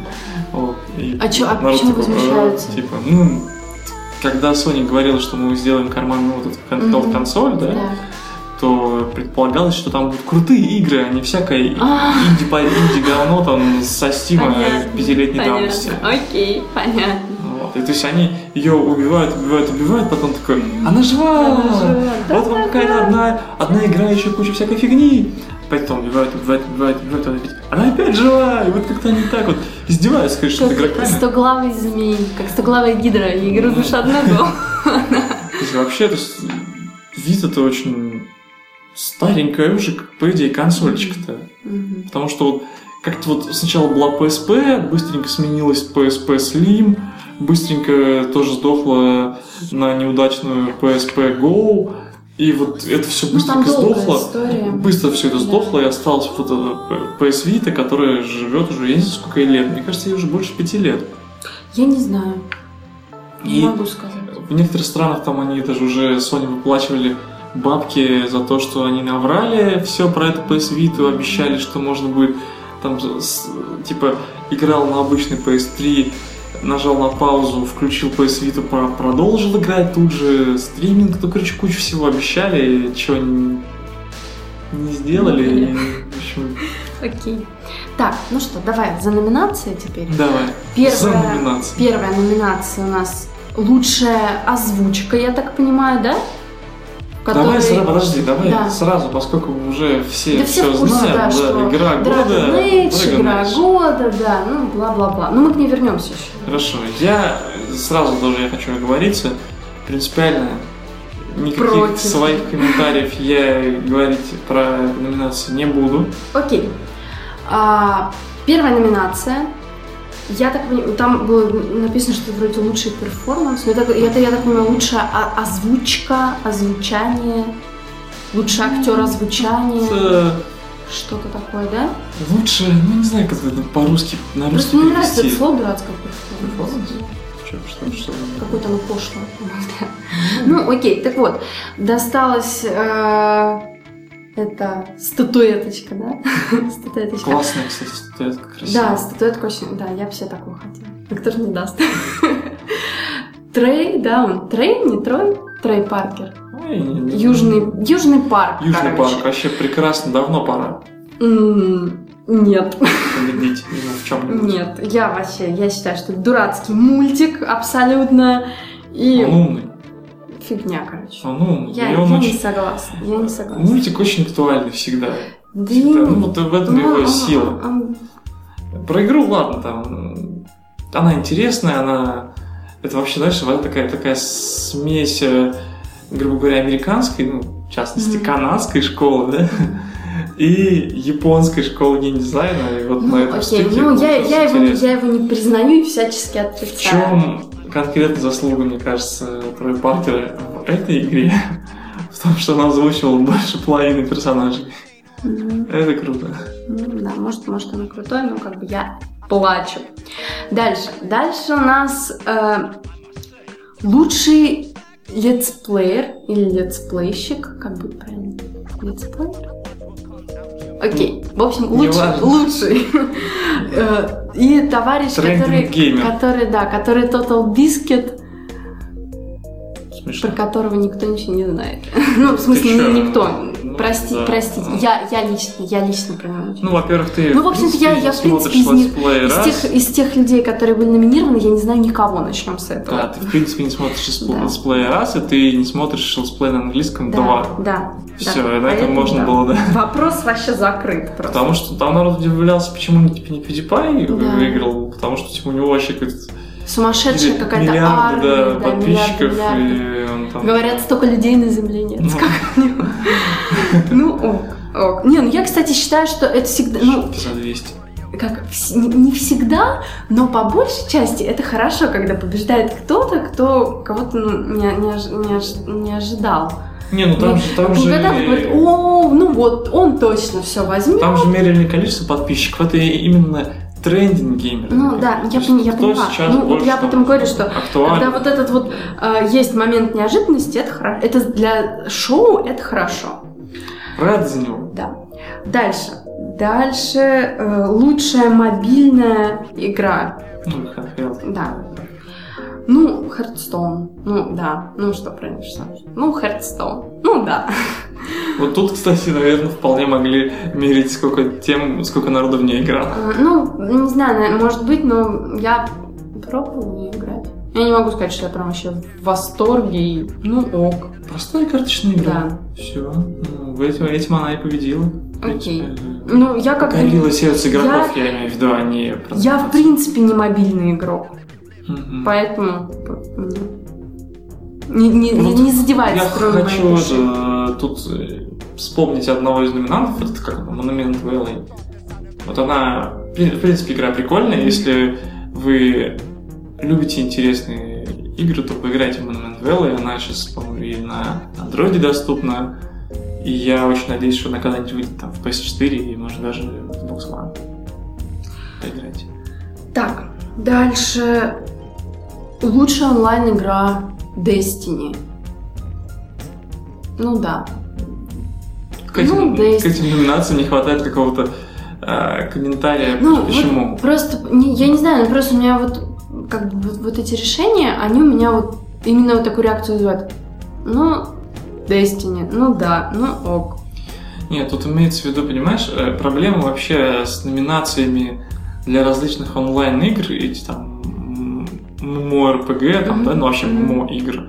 Почему возмущаются? Типа, когда Sony говорила, что мы сделаем карманную вот эту консоль, да, то предполагалось, что там будут крутые игры, а не всякое инди-говно там со Стима 5-летней давности. Окей, понятно. Вот. И то есть они ее убивают, потом такой, она жива! Вот вам какая-то одна игра, еще куча всякой фигни. Потом убивают, она опять жива! И вот как-то они так вот издеваются, конечно, над игроками. 100-главый змей, как 100-главая гидра, и игру душ одного. Вообще, Vita-то очень старенькая уже, по идее, консольчика-то. Потому что вот как-то вот сначала была PSP, быстренько сменилась PSP Slim, быстренько тоже сдохла на неудачную PSP Go, и вот это все быстренько сдохло. Быстро все это сдохло, и осталась вот эта PS Vita, которая живет уже, я не знаю, сколько ей лет. Мне кажется, ей уже больше 5 лет. Я не знаю. Не могу сказать. В некоторых странах там они даже уже Sony выплачивали бабки за то, что они наврали все про эту PS Vita, обещали, что можно будет там, типа, играл на обычный PS3, нажал на паузу, включил PS Vita, продолжил играть тут же, стриминг, короче, кучу всего обещали, чего не сделали, и, в общем... Окей. Так, ну что, давай за номинации теперь. Давай, Первая номинация у нас лучшая озвучка, я так понимаю, да? Давай сразу, поскольку уже все знают, да, что игра года, игра года, да, бла-бла-бла. Но мы к ней вернемся еще. Хорошо, я сразу тоже хочу оговориться, принципиально никаких своих комментариев я говорить про номинацию не буду. Окей. Первая номинация. Я так понимаю, там было написано, что вроде лучший перформанс, но это я так понимаю, лучшая озвучка, озвучание, лучший актер озвучания, что-то такое, да? Лучше, не знаю, как это по-русски, на русский просто мне нравится это слово дурацкое перформанс. Что? Какое-то оно пошлое. Ну, окей, так вот, досталась... Это статуэточка, да? Статуэточка. Классная, кстати, статуэтка, красивая. Да, статуэтка очень... Да, я бы себе такую хотела. Никто же не даст. Трей, да, он Трей, не Трой? Трей Паркер. Южный парк, Южный парк, вообще прекрасно, давно пора. Нет. Победить ему в чем-нибудь. Нет, я считаю, что это дурацкий мультик абсолютно. И... Он умный. Фигня, короче. Я не согласна. Мультик очень актуальный всегда. Да вот в этом его сила. Про игру, ладно, там она интересная, это вообще, знаешь, такая смесь, грубо говоря, американской, в частности, канадской школы, да, и японской школы геймдизайна. И вот на этом стыке я его не признаю и всячески отрицаю. В чем конкретно заслуга, мне кажется, Трой Паркера в этой игре? В том, что она озвучивала больше половины персонажей. Это круто. Да, может она крутой, но как бы я плачу. Дальше у нас лучший летсплеер или летсплейщик, как будет правильно? Летсплеер? Окей, в общем, лучший. И товарищ, который Total Biscuit, про которого никто ничего не знает. Ну, в смысле, никто. Простите, я лично про него ничего. Во-первых, ты в общем-то, я в принципе из тех людей, которые были номинированы, я не знаю никого, начнем с этого. Да, ты в принципе не смотришь летсплей раз, и ты не смотришь летсплей на английском два. Да. Все, на этом можно было, да. Вопрос вообще закрыт просто. Потому что там народ удивлялся, почему не PewDiePie выиграл, потому что у него вообще какой-то сумасшедшая какая-то армия, подписчиков. И он там... Говорят, столько людей на Земле нет. Ок. Я, кстати, считаю, что это всегда... за 200. Не всегда, но по большей части это хорошо, когда побеждает кто-то, кто кого-то не ожидал. Не, ну там же... Когда говорит, ну вот, он точно все возьмет. Там же мерили количество подписчиков, это именно трендинг геймер. Ну да, я поняла. Ну вот я об этом говорю, что когда вот этот вот есть момент неожиданности, это хорошо. Это для шоу это хорошо. Рад за него. Да. Дальше лучшая мобильная игра. Ну, Handheld. Да. Ну, Hearthstone. Ну, да. Ну, что про него? Ну, Hearthstone. Ну, да. Вот тут, кстати, наверное, вполне могли мерить, сколько народу в ней играло. Ну, не знаю, может быть, но я пробовала в нее играть. Я не могу сказать, что я прям вообще в восторге и, ну, ок. Простая карточная игра. Да. Все. Ну, этим она и победила. Окей. Ну, я как... Горело сердце игроков, я имею в виду, а не... Я, в принципе, не мобильный игрок. Поэтому не задевает струну моей души. Я хочу тут вспомнить одного из номинантов, это как Monument Valley. Вот она, в принципе, игра прикольная. Если вы любите интересные игры, то поиграйте в Monument Valley. Она сейчас, по-моему, и на Android доступна. И я очень надеюсь, что она когда-нибудь выйдет там в PS4 и, может, даже в Xbox One. Поиграйте. Так, дальше... Лучшая онлайн-игра Destiny. Ну да. К этим номинациям не хватает какого-то комментария. Почему? Вот просто, я не знаю, просто у меня вот эти решения, они у меня вот именно вот такую реакцию вызывают. Ну, Destiny, ну да, ну ок. Нет, тут имеется в виду, понимаешь, проблема вообще с номинациями для различных онлайн-игр, эти там MMORPG, там, да, ну вообще MMO-игр.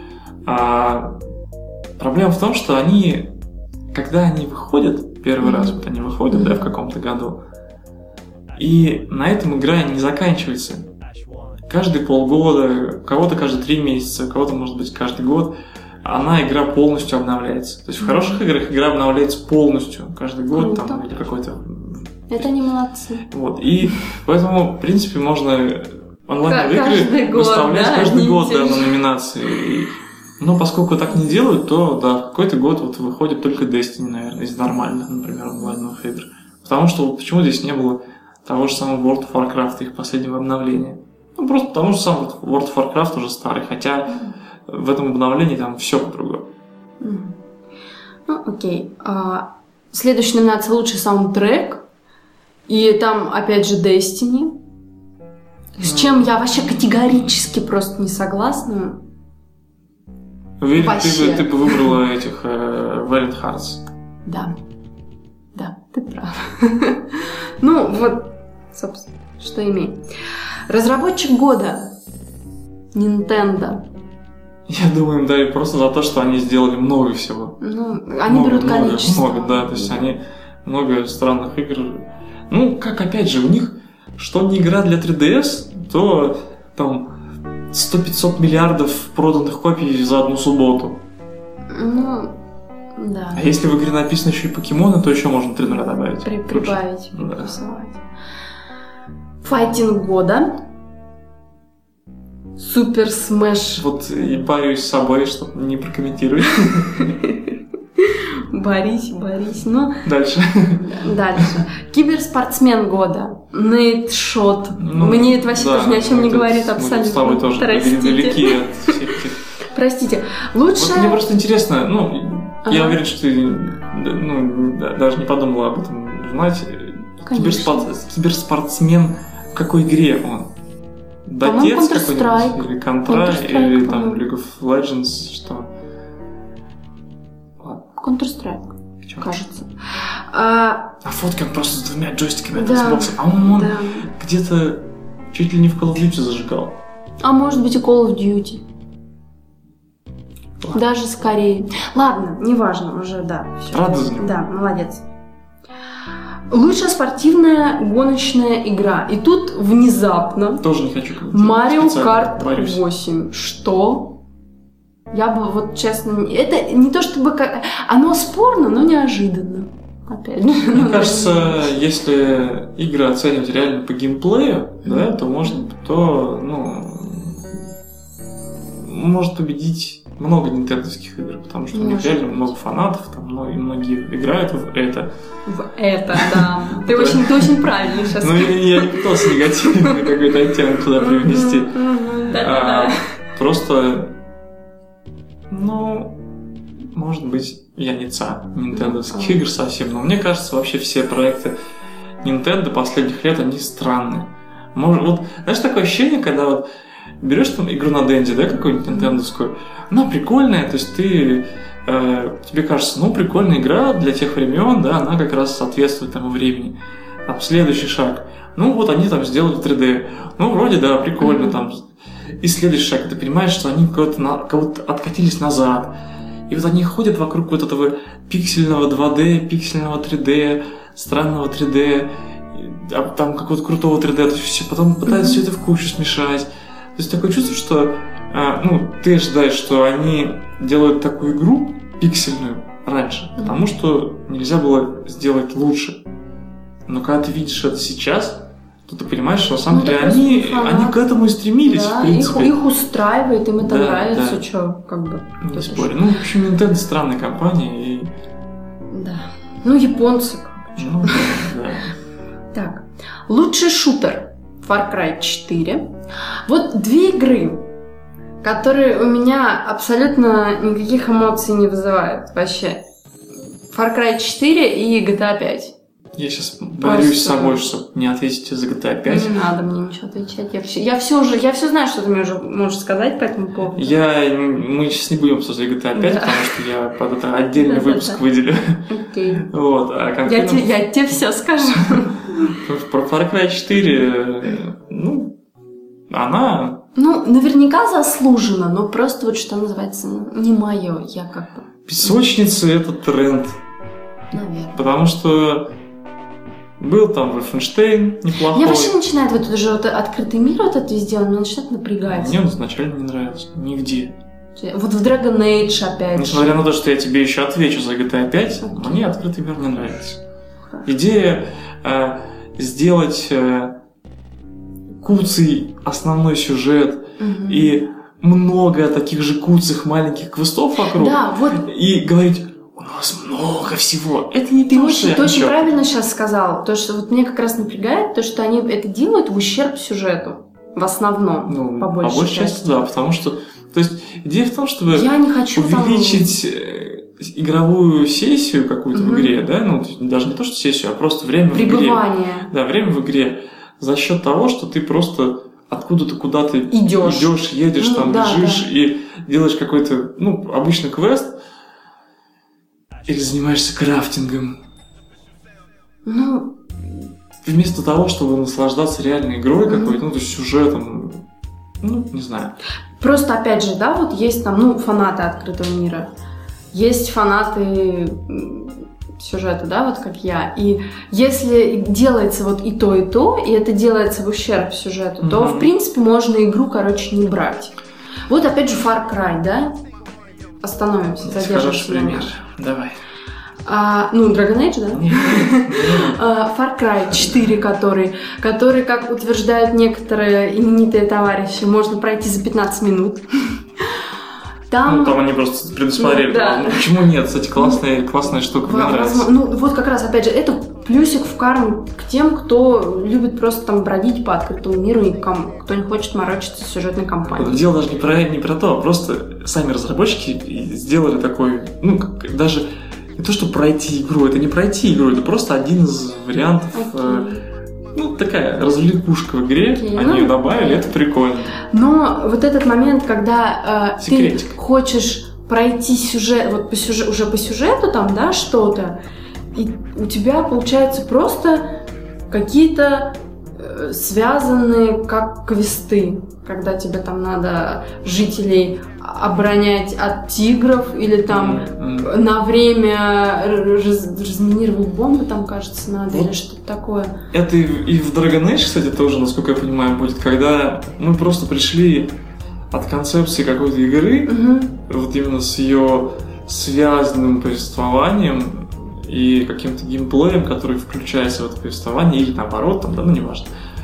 Проблема в том, что они, когда они выходят, первый раз вот они выходят, да, в каком-то году, и на этом игра не заканчивается. Каждые полгода, у кого-то каждые 3 месяца, у кого-то, может быть, каждый год, игра полностью обновляется. То есть в хороших играх игра обновляется полностью каждый год, там, или какой-то... Это они молодцы. Вот, и поэтому, в принципе, можно... онлайн-игры выставлять каждый год на номинации. Но поскольку так не делают, то да, в какой-то год вот выходит только Destiny, наверное, из нормальных, например, онлайновых игр. Потому что вот почему здесь не было того же самого World of Warcraft, их последнего обновления? Ну, просто потому что сам World of Warcraft уже старый, хотя в этом обновлении там все по-другому. Ну, окей. Следующая номинация — лучший саундтрек. И там, опять же, Destiny. С чем я вообще категорически просто не согласна. Уверен, ты бы выбрала этих Valiant Hearts. Да, ты прав. Ну, вот, собственно, что имеем. Разработчик года Nintendo. Я думаю, им дали просто за то, что они сделали много всего. Ну, они берут количество. Много, да, то есть они много странных игр. Ну, как опять же, у них что не игра для 3DS, то там 100-500 миллиардов проданных копий за одну субботу. Ну, да. А если в игре написано еще и покемоны, то еще можно 3 нуля добавить. Прибавить, приплюсовать. Файтинг года. Супер Смэш. Вот и борюсь с собой, чтобы не прокомментировать. Борись. Ну, Дальше. Киберспортсмен года. Нейт Шот. Мне это вообще тоже ни о чем не говорит абсолютно. Мы с тобой тоже далеки от всех этих. Простите. Лучше... Вот мне просто интересно, я уверен, что ты даже не подумала об этом узнать. Киберспортсмен, в какой игре он? Дотец какой-нибудь? Или Контра? Или там League of Legends? Что? Counter-Strike, кажется. Фотки он просто с 2 джойстиками от Xbox. А он где-то чуть ли не в Call of Duty зажигал. А может быть и Call of Duty. Ладно. Даже скорее. Ладно, неважно, уже, да. Всё. Рада за него. Да, молодец. Лучшая спортивная гоночная игра. И тут внезапно... Тоже не хочу. Mario Kart 8. Что? Я бы, вот честно... Это не то чтобы... Оно спорно, но неожиданно. Опять же. Мне кажется, если игры оценивать реально по геймплею, да, то может победить много нинтендовских игр, потому что у них реально много фанатов, там многие играют в это. В это, да. Ты очень правильно сейчас. Ну, я не пытался негативный какой-то оттенок туда привнести. Просто, может быть, я не ца нинтендовских игр совсем, но мне кажется, вообще все проекты Nintendo последних лет, они странные. Вот, знаешь, такое ощущение, когда вот берешь там игру на Денде, да, какую-нибудь нинтендовскую, она прикольная, то есть тебе кажется, прикольная игра для тех времен, да, она как раз соответствует тому времени. Там следующий шаг. Вот они там сделали 3D. Вроде, да, прикольно там. И следующий шаг, ты понимаешь, что они кого-то откатились назад. И вот они ходят вокруг вот этого пиксельного 2D, пиксельного 3D, странного 3D, там какого-то крутого 3D, то есть потом пытаются все это в кучу смешать. То есть такое чувство, что ты ожидаешь, что они делают такую игру пиксельную раньше, потому что нельзя было сделать лучше. Но когда ты видишь это сейчас, то ты понимаешь, что на самом деле они к этому и стремились, да, в принципе. Их устраивает, им это нравится, да. Что, как бы. Не спорю. В общем, Nintendo странная компания. И... Да. Японцы. Да. Так. Лучший шутер. Far Cry 4. Вот две игры, которые у меня абсолютно никаких эмоций не вызывают вообще. Far Cry 4 и GTA 5. Я сейчас борюсь с собой, чтобы не ответить за GTA 5. Не надо мне ничего отвечать. Я все знаю, что ты мне уже можешь сказать по этому поводу. Мы сейчас не будем обсуждать GTA 5, потому что я под это отдельный выпуск выделю. Окей. Вот, я тебе все скажу. Про Far Cry 4, она... наверняка заслуженно, но просто вот что называется, не мое. Я как бы... Песочница — это тренд. Наверное. Потому что был там Wolfenstein неплохой. Мне вообще начинает вот уже открытый мир вот это везде, он меня начинает напрягать. Мне он изначально не нравился. Нигде. Вот в Dragon Age опять. Несмотря на то, что я тебе еще отвечу за GTA 5, мне открытый мир не нравится. Идея сделать куцый основной сюжет и много таких же куцых маленьких квестов вокруг. Да, вот. И говорить: у нас много всего. Это не ты то, очень, ты очень правильно сейчас сказал. То, что вот меня как раз напрягает, то, что они это делают в ущерб сюжету. В основном, по большей части. Да, потому что... То есть идея в том, чтобы я не хочу увеличить игровую сессию какую-то в игре, да? Даже не то, что сессию, а просто время пребывание. В игре. Да, время в игре. За счет того, что ты просто откуда-то куда-то идешь, едешь, бежишь и делаешь какой-то, обычный квест, или занимаешься крафтингом. Вместо того, чтобы наслаждаться реальной игрой какой-то, то есть сюжетом, не знаю. Просто, опять же, да, вот есть там, фанаты открытого мира, есть фанаты сюжета, да, вот как я. И если делается вот и то, и это делается в ущерб сюжету, то, в принципе, можно игру, не брать. Вот, опять же, Far Cry, да? Остановимся, задержимся. Хороший пример. Давай. Dragon Age, да? Far Cry 4, который, как утверждают некоторые именитые товарищи, можно пройти за 15 минут. Там они просто предусмотрели. Да. Почему нет? Кстати, классная штука, мне нравится. Вот как раз, опять же, это плюсик в карму к тем, кто любит просто там бродить по открытому миру и кто не хочет морочиться с сюжетной кампанией. Дело даже не про то, просто сами разработчики сделали такой, даже не то, что пройти игру, это не пройти игру, это просто один из вариантов. Такая развлекушка в игре, они ее добавили, это прикольно. Но вот этот момент, когда ты хочешь пройти сюжет, уже по сюжету там, да, что-то, и у тебя получается просто какие-то связанные как квесты, когда тебе там надо жителей оборонять от тигров или там на время разминировать бомбы, там, кажется, надо, или что-то такое. Это и в Dragon Age, кстати, тоже, насколько я понимаю, будет, когда мы просто пришли от концепции какой-то игры, вот именно с ее связанным повествованием и каким-то геймплеем, который включается в это повествование, или наоборот, неважно,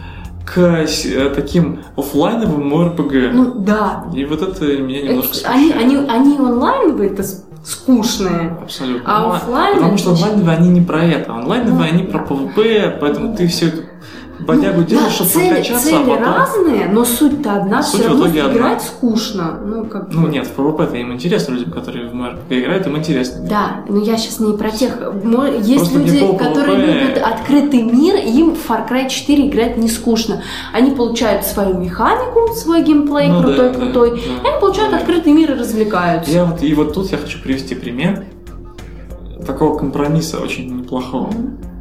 к таким офлайновым РПГ. Ну да. И вот это меня немножко смущает. Они онлайновые-то скучные. Абсолютно. А офлайн. Потому что онлайновые они не про это. Онлайновые они про PvP, поэтому ты все это бодягу делаешь, чтобы прокачаться, цели а потом... разные, но суть-то одна, Суть все равно в итоге играть одна. скучно. нет, в PvP-то им интересно, людям, которые в МРПГ играют, им интересно. Да, но я сейчас не про тех. Есть Просто люди, PvP... которые любят открытый мир, и им в Far Cry 4 играть не скучно. Они получают свою механику, свой геймплей крутой, и они получают открытый мир и развлекаются. И вот тут я хочу привести пример такого компромисса очень неплохого.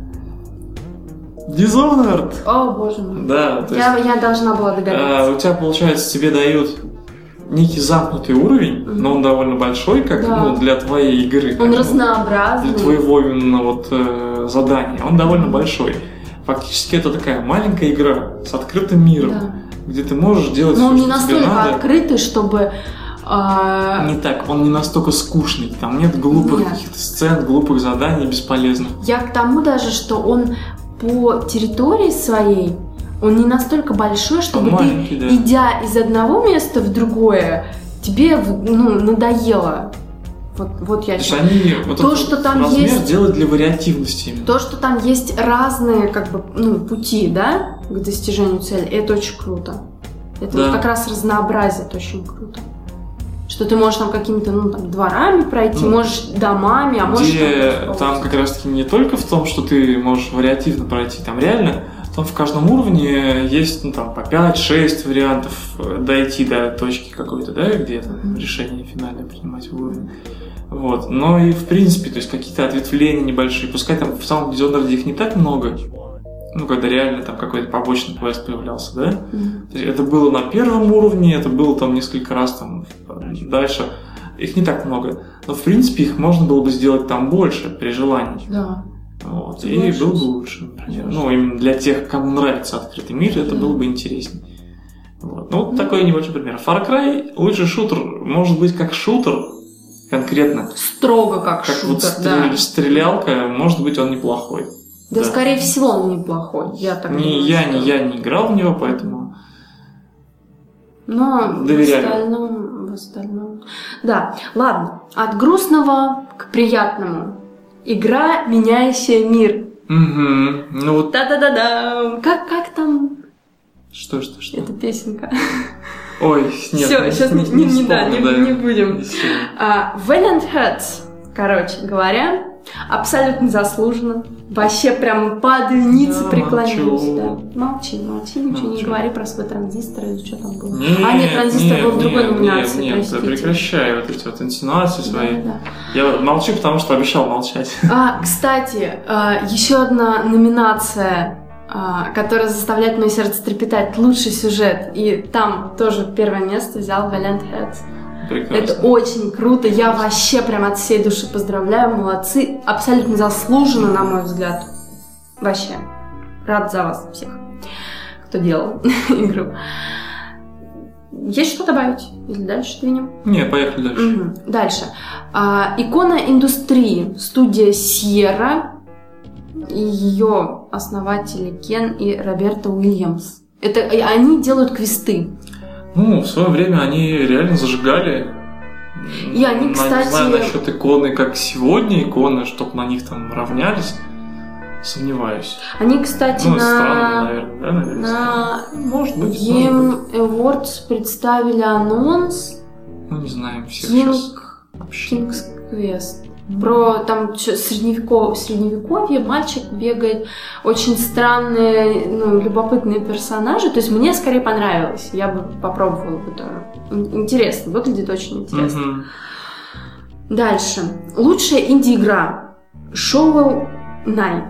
Dishonored! О, боже мой. Да, то есть, я должна была догадаться. у тебя, получается, тебе дают некий замкнутый уровень, но он довольно большой, как для твоей игры. Он разнообразный. Для твоего именно задания. Он довольно большой. Фактически это такая маленькая игра с открытым миром, где ты можешь делать но все, он не что тебе настолько надо. открытый, чтобы... Не так, он не настолько скучный. Там нет глупых каких-то сцен, глупых заданий, бесполезных. Я к тому даже, что он по территории своей, он не настолько большой, чтобы ты, идя из одного места в другое, тебе надоело. Вот я считаю. Они то, что там есть, делают для вариативности. То, что там есть разные пути, да, к достижению цели, это очень круто. Это вот как раз разнообразие, это очень круто. Что ты можешь там какими-то, дворами пройти, можешь домами, а можешь... Там как раз-таки не только в том, что ты можешь вариативно пройти, там реально, там в каждом уровне есть, по 5-6 вариантов дойти до точки какой-то, да, где решение финальное принимать в уровне. Вот. Но и в принципе, то есть какие-то ответвления небольшие, пускай там в самом Dishonored их не так много, когда реально там какой-то побочный квест появлялся, да? То есть это было на первом уровне, это было там несколько раз там дальше. Их не так много. Но в принципе их можно было бы сделать там больше при желании. Да. Вот. И было бы лучше, например. Именно для тех, кому нравится открытый мир, это было бы интереснее. Вот. Такой небольшой пример. Far Cry лучший шутер может быть как шутер конкретно. Строго как шутер, вот стрелялка, может быть он неплохой. Да, скорее всего, он неплохой. Я не играл в него, поэтому. Но в остальном. Да, ладно. От грустного к приятному. Игра, меняющая мир. Угу. Да-да-да-да. Как там? Что? Это песенка. Ой, нет. Все, сейчас не будем. Valiant Hearts, короче говоря, абсолютно заслуженно. Вообще прям падаю, ниц преклоняюсь. Да. Молчи, ничего не говори про свой транзистор или что там было. Нет, транзистор был в другой номинации. Нет, прекращай вот эти вот инсинуации свои. Да. Я молчу, потому что обещал молчать. Кстати, еще одна номинация, которая заставляет мое сердце трепетать, лучший сюжет. И там тоже первое место взял Valiant Hearts. Прекрасно. Это очень круто. Я вообще прям от всей души поздравляю. Молодцы. Абсолютно заслуженно, на мой взгляд. Вообще. Рад за вас всех, кто делал игру. Есть что добавить? Или дальше двинем? Не, поехали дальше. Угу. Дальше. Икона индустрии. Студия Sierra и ее основатели Кен и Роберто Уильямс. Они делают квесты. В свое время они реально зажигали. И они, кстати... Не знаю насчет иконы, как сегодня иконы, чтобы на них там равнялись. Сомневаюсь. Они, кстати, странно, наверное. Может быть, Game Awards представили анонс. Не знаем всех King's Quest. Про там средневековье, мальчик бегает, очень странные, любопытные персонажи. То есть мне скорее понравилось. Я бы попробовала бы тоже. Интересно, выглядит очень интересно. Дальше. Лучшая инди-игра. Shovel Knight.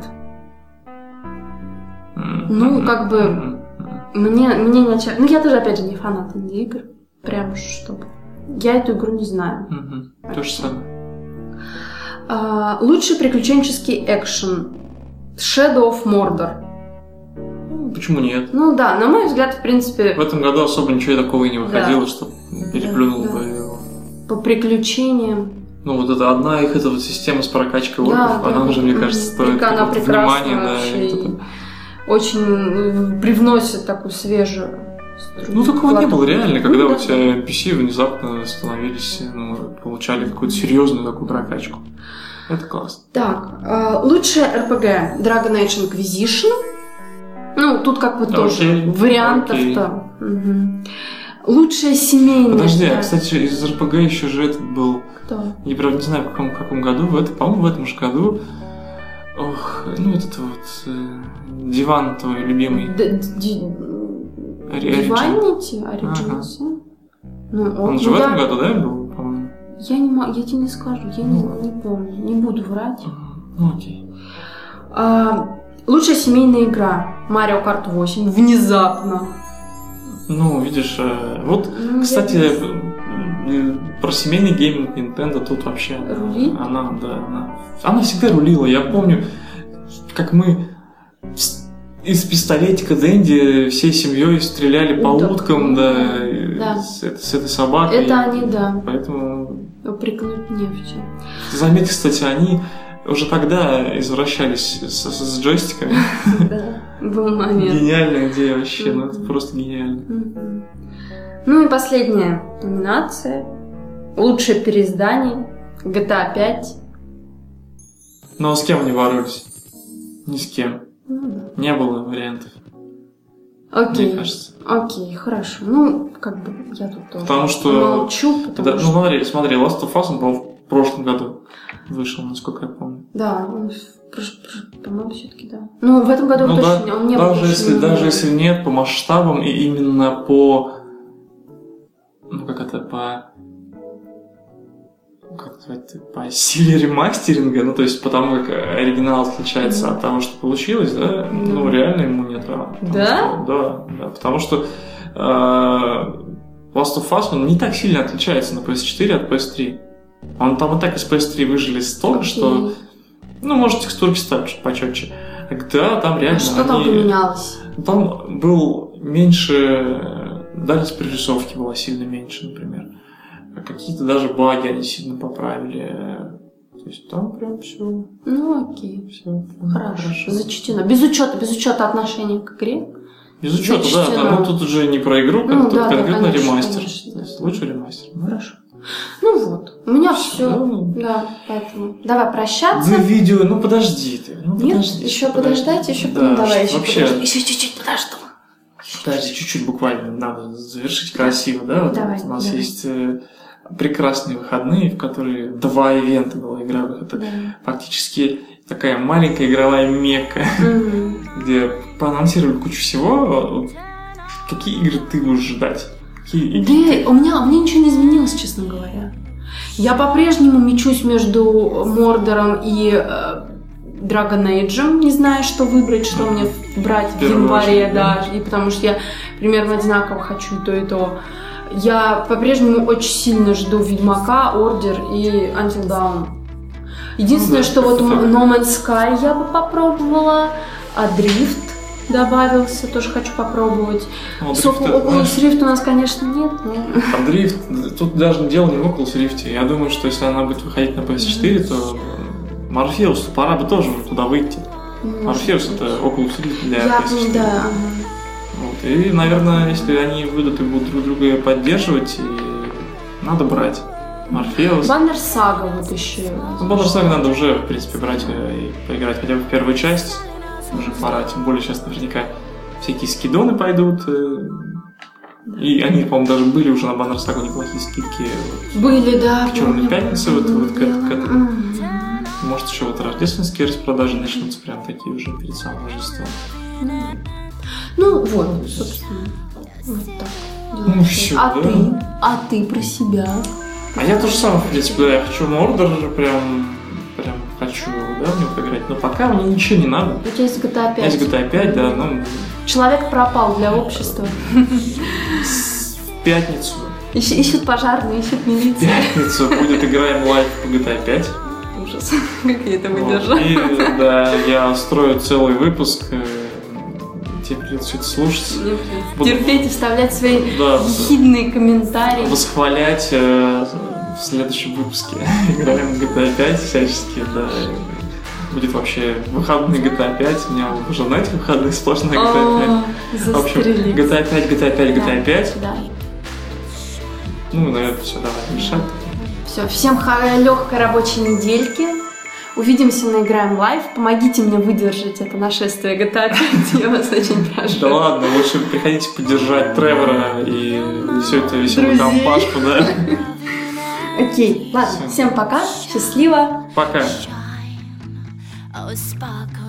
Мне не... я тоже, опять же, не фанат инди-игр. Прям чтобы... Я эту игру не знаю. То же самое. Лучший приключенческий экшен. Shadow of Mordor. Почему нет? Да, на мой взгляд, в принципе... В этом году особо ничего такого и не выходило, что переплюнуло бы его. По приключениям. Вот это одна их система с прокачкой орков, она уже, мне кажется, стоит внимания. очень привносит такую свежую Ну, такого не было реально, когда у тебя PC внезапно становились, получали какую-то серьезную такую прокачку. Это классно. Так, лучшее RPG Dragon Age Inquisition. Ну, тут как бы тоже вариантов-то. Угу. Лучшее семейное. Подожди, кстати, из RPG еще же этот был... Кто? Я, правда, не знаю, в каком году, по-моему, в этом же году. Этот вот диван твой любимый. Divinity? Origins? Ага. Он же в этом году, да, был, по-моему? Я тебе не скажу, я не помню, не буду врать. Окей. Лучшая семейная игра Mario Kart 8. Внезапно. Ну, видишь, вот, кстати, про семейный гейминг Nintendo тут вообще... Рулит? Она всегда рулила. Я помню, как мы из пистолетика Дэнди всей семьей стреляли по уткам, с этой собакой. Это они, да. Поэтому... Упрекнуть не в чем. Заметь, кстати, они уже тогда извращались с джойстиками. Да, был момент. Гениальная идея вообще, это просто гениально. Ну и последняя номинация. Лучшее переиздание GTA 5. Но с кем они боролись? Ни с кем. Не было вариантов. Окей. Мне кажется. Окей, хорошо. Ну, как бы я тут тоже потому что... молчу, потому что... Ну, смотри, Last of Us, он, по-моему, в прошлом году вышел, насколько я помню. Да, он по-моему, все-таки да. Ну, в этом году точно он не был. Даже если нет, по масштабам и именно по... по силе ремастеринга, то есть потому как оригинал отличается от того, что получилось, да, реально ему нет равно. Да? Да, потому что Last of Us, он не так сильно отличается на PS4 от PS3. Он там и так из PS3 выжили столько, что, может, текстурки стали чуть почетче. А GTA там реально... что там поменялось? Там был меньше... Дальность прорисовки была сильно меньше, например. Какие-то даже баги они сильно поправили. То есть там прям все. Ну окей. Все хорошо. Зачтено. Без учета отношения к игре. Без учета, да. Тут уже не про игру, тут конкретно ремастер. Лучше ремастер. Хорошо. Ну вот. У меня все. Да, поэтому. Давай прощаться. Видео, подожди ты. Нет, еще подождать, еще давай еще подожди. Еще чуть-чуть подожду. Подожди, чуть-чуть буквально надо завершить красиво, да? Давай, у нас есть прекрасные выходные, в которые 2 ивента была игровых. Это фактически такая маленькая игровая мекка, где поанонсировали кучу всего. Какие игры ты будешь ждать? У меня ничего не изменилось, честно говоря. Я по-прежнему мечусь между Мордором и Dragon Age, не знаю, что выбрать, что мне брать в январе, и потому что я примерно одинаково хочу и то, и то. Я по-прежнему очень сильно жду Ведьмака, Ордер и Until Dawn. Единственное, что вот No Man's Sky я бы попробовала, а Drift добавился, тоже хочу попробовать. Oculus Rift у нас, конечно, нет, но... А Drift, тут даже дело не в Oculus Rift. Я думаю, что если она будет выходить на PS4, то Morpheus, пора бы тоже туда выйти. Morpheus — это Oculus Rift для PS4. Да. И, наверное, если они выйдут и будут друг друга поддерживать, и надо брать Morpheus. Banner Saga вот еще. Banner Saga надо уже, в принципе, брать и поиграть хотя бы в первую часть. Уже пора, тем более сейчас наверняка всякие скидоны пойдут. И они, по-моему, даже были уже на Banner Saga неплохие скидки. Были, да. К Черной пятнице, может, еще рождественские распродажи начнутся прям такие уже перед самым Рождеством. Ну вот, собственно, вот так. Все, А ты про себя? А я тоже самое, в принципе, да, я хочу Мордор, прям хочу, в него поиграть, но пока мне ничего не надо. У тебя есть GTA 5? Есть GTA 5, да, Человек пропал для общества. В пятницу. Ищут пожарные, ищут милицию. В пятницу будет играем лайв по GTA 5. Ужас, как я это выдержала. И, да, я строю целый выпуск. Тебе придется все это слушать. Терпеть и вставлять свои ехидные комментарии. Восхвалять в следующем выпуске. Играем в GTA 5 всячески, да. будет вообще выходные GTA 5. У меня уже на этих выходных сплошная GTA 5. В общем, GTA 5, GTA 5, GTA 5. Да. Ну, наверное, все, давай, решать. Все, всем легкой рабочей недельки. Увидимся на Играем Лайв. Помогите мне выдержать это нашествие GTA 5. Я вас очень прошу. Да ладно, лучше приходите поддержать Тревора и всю эту веселую компашку, да? Окей, ладно, всем пока, счастливо. Пока.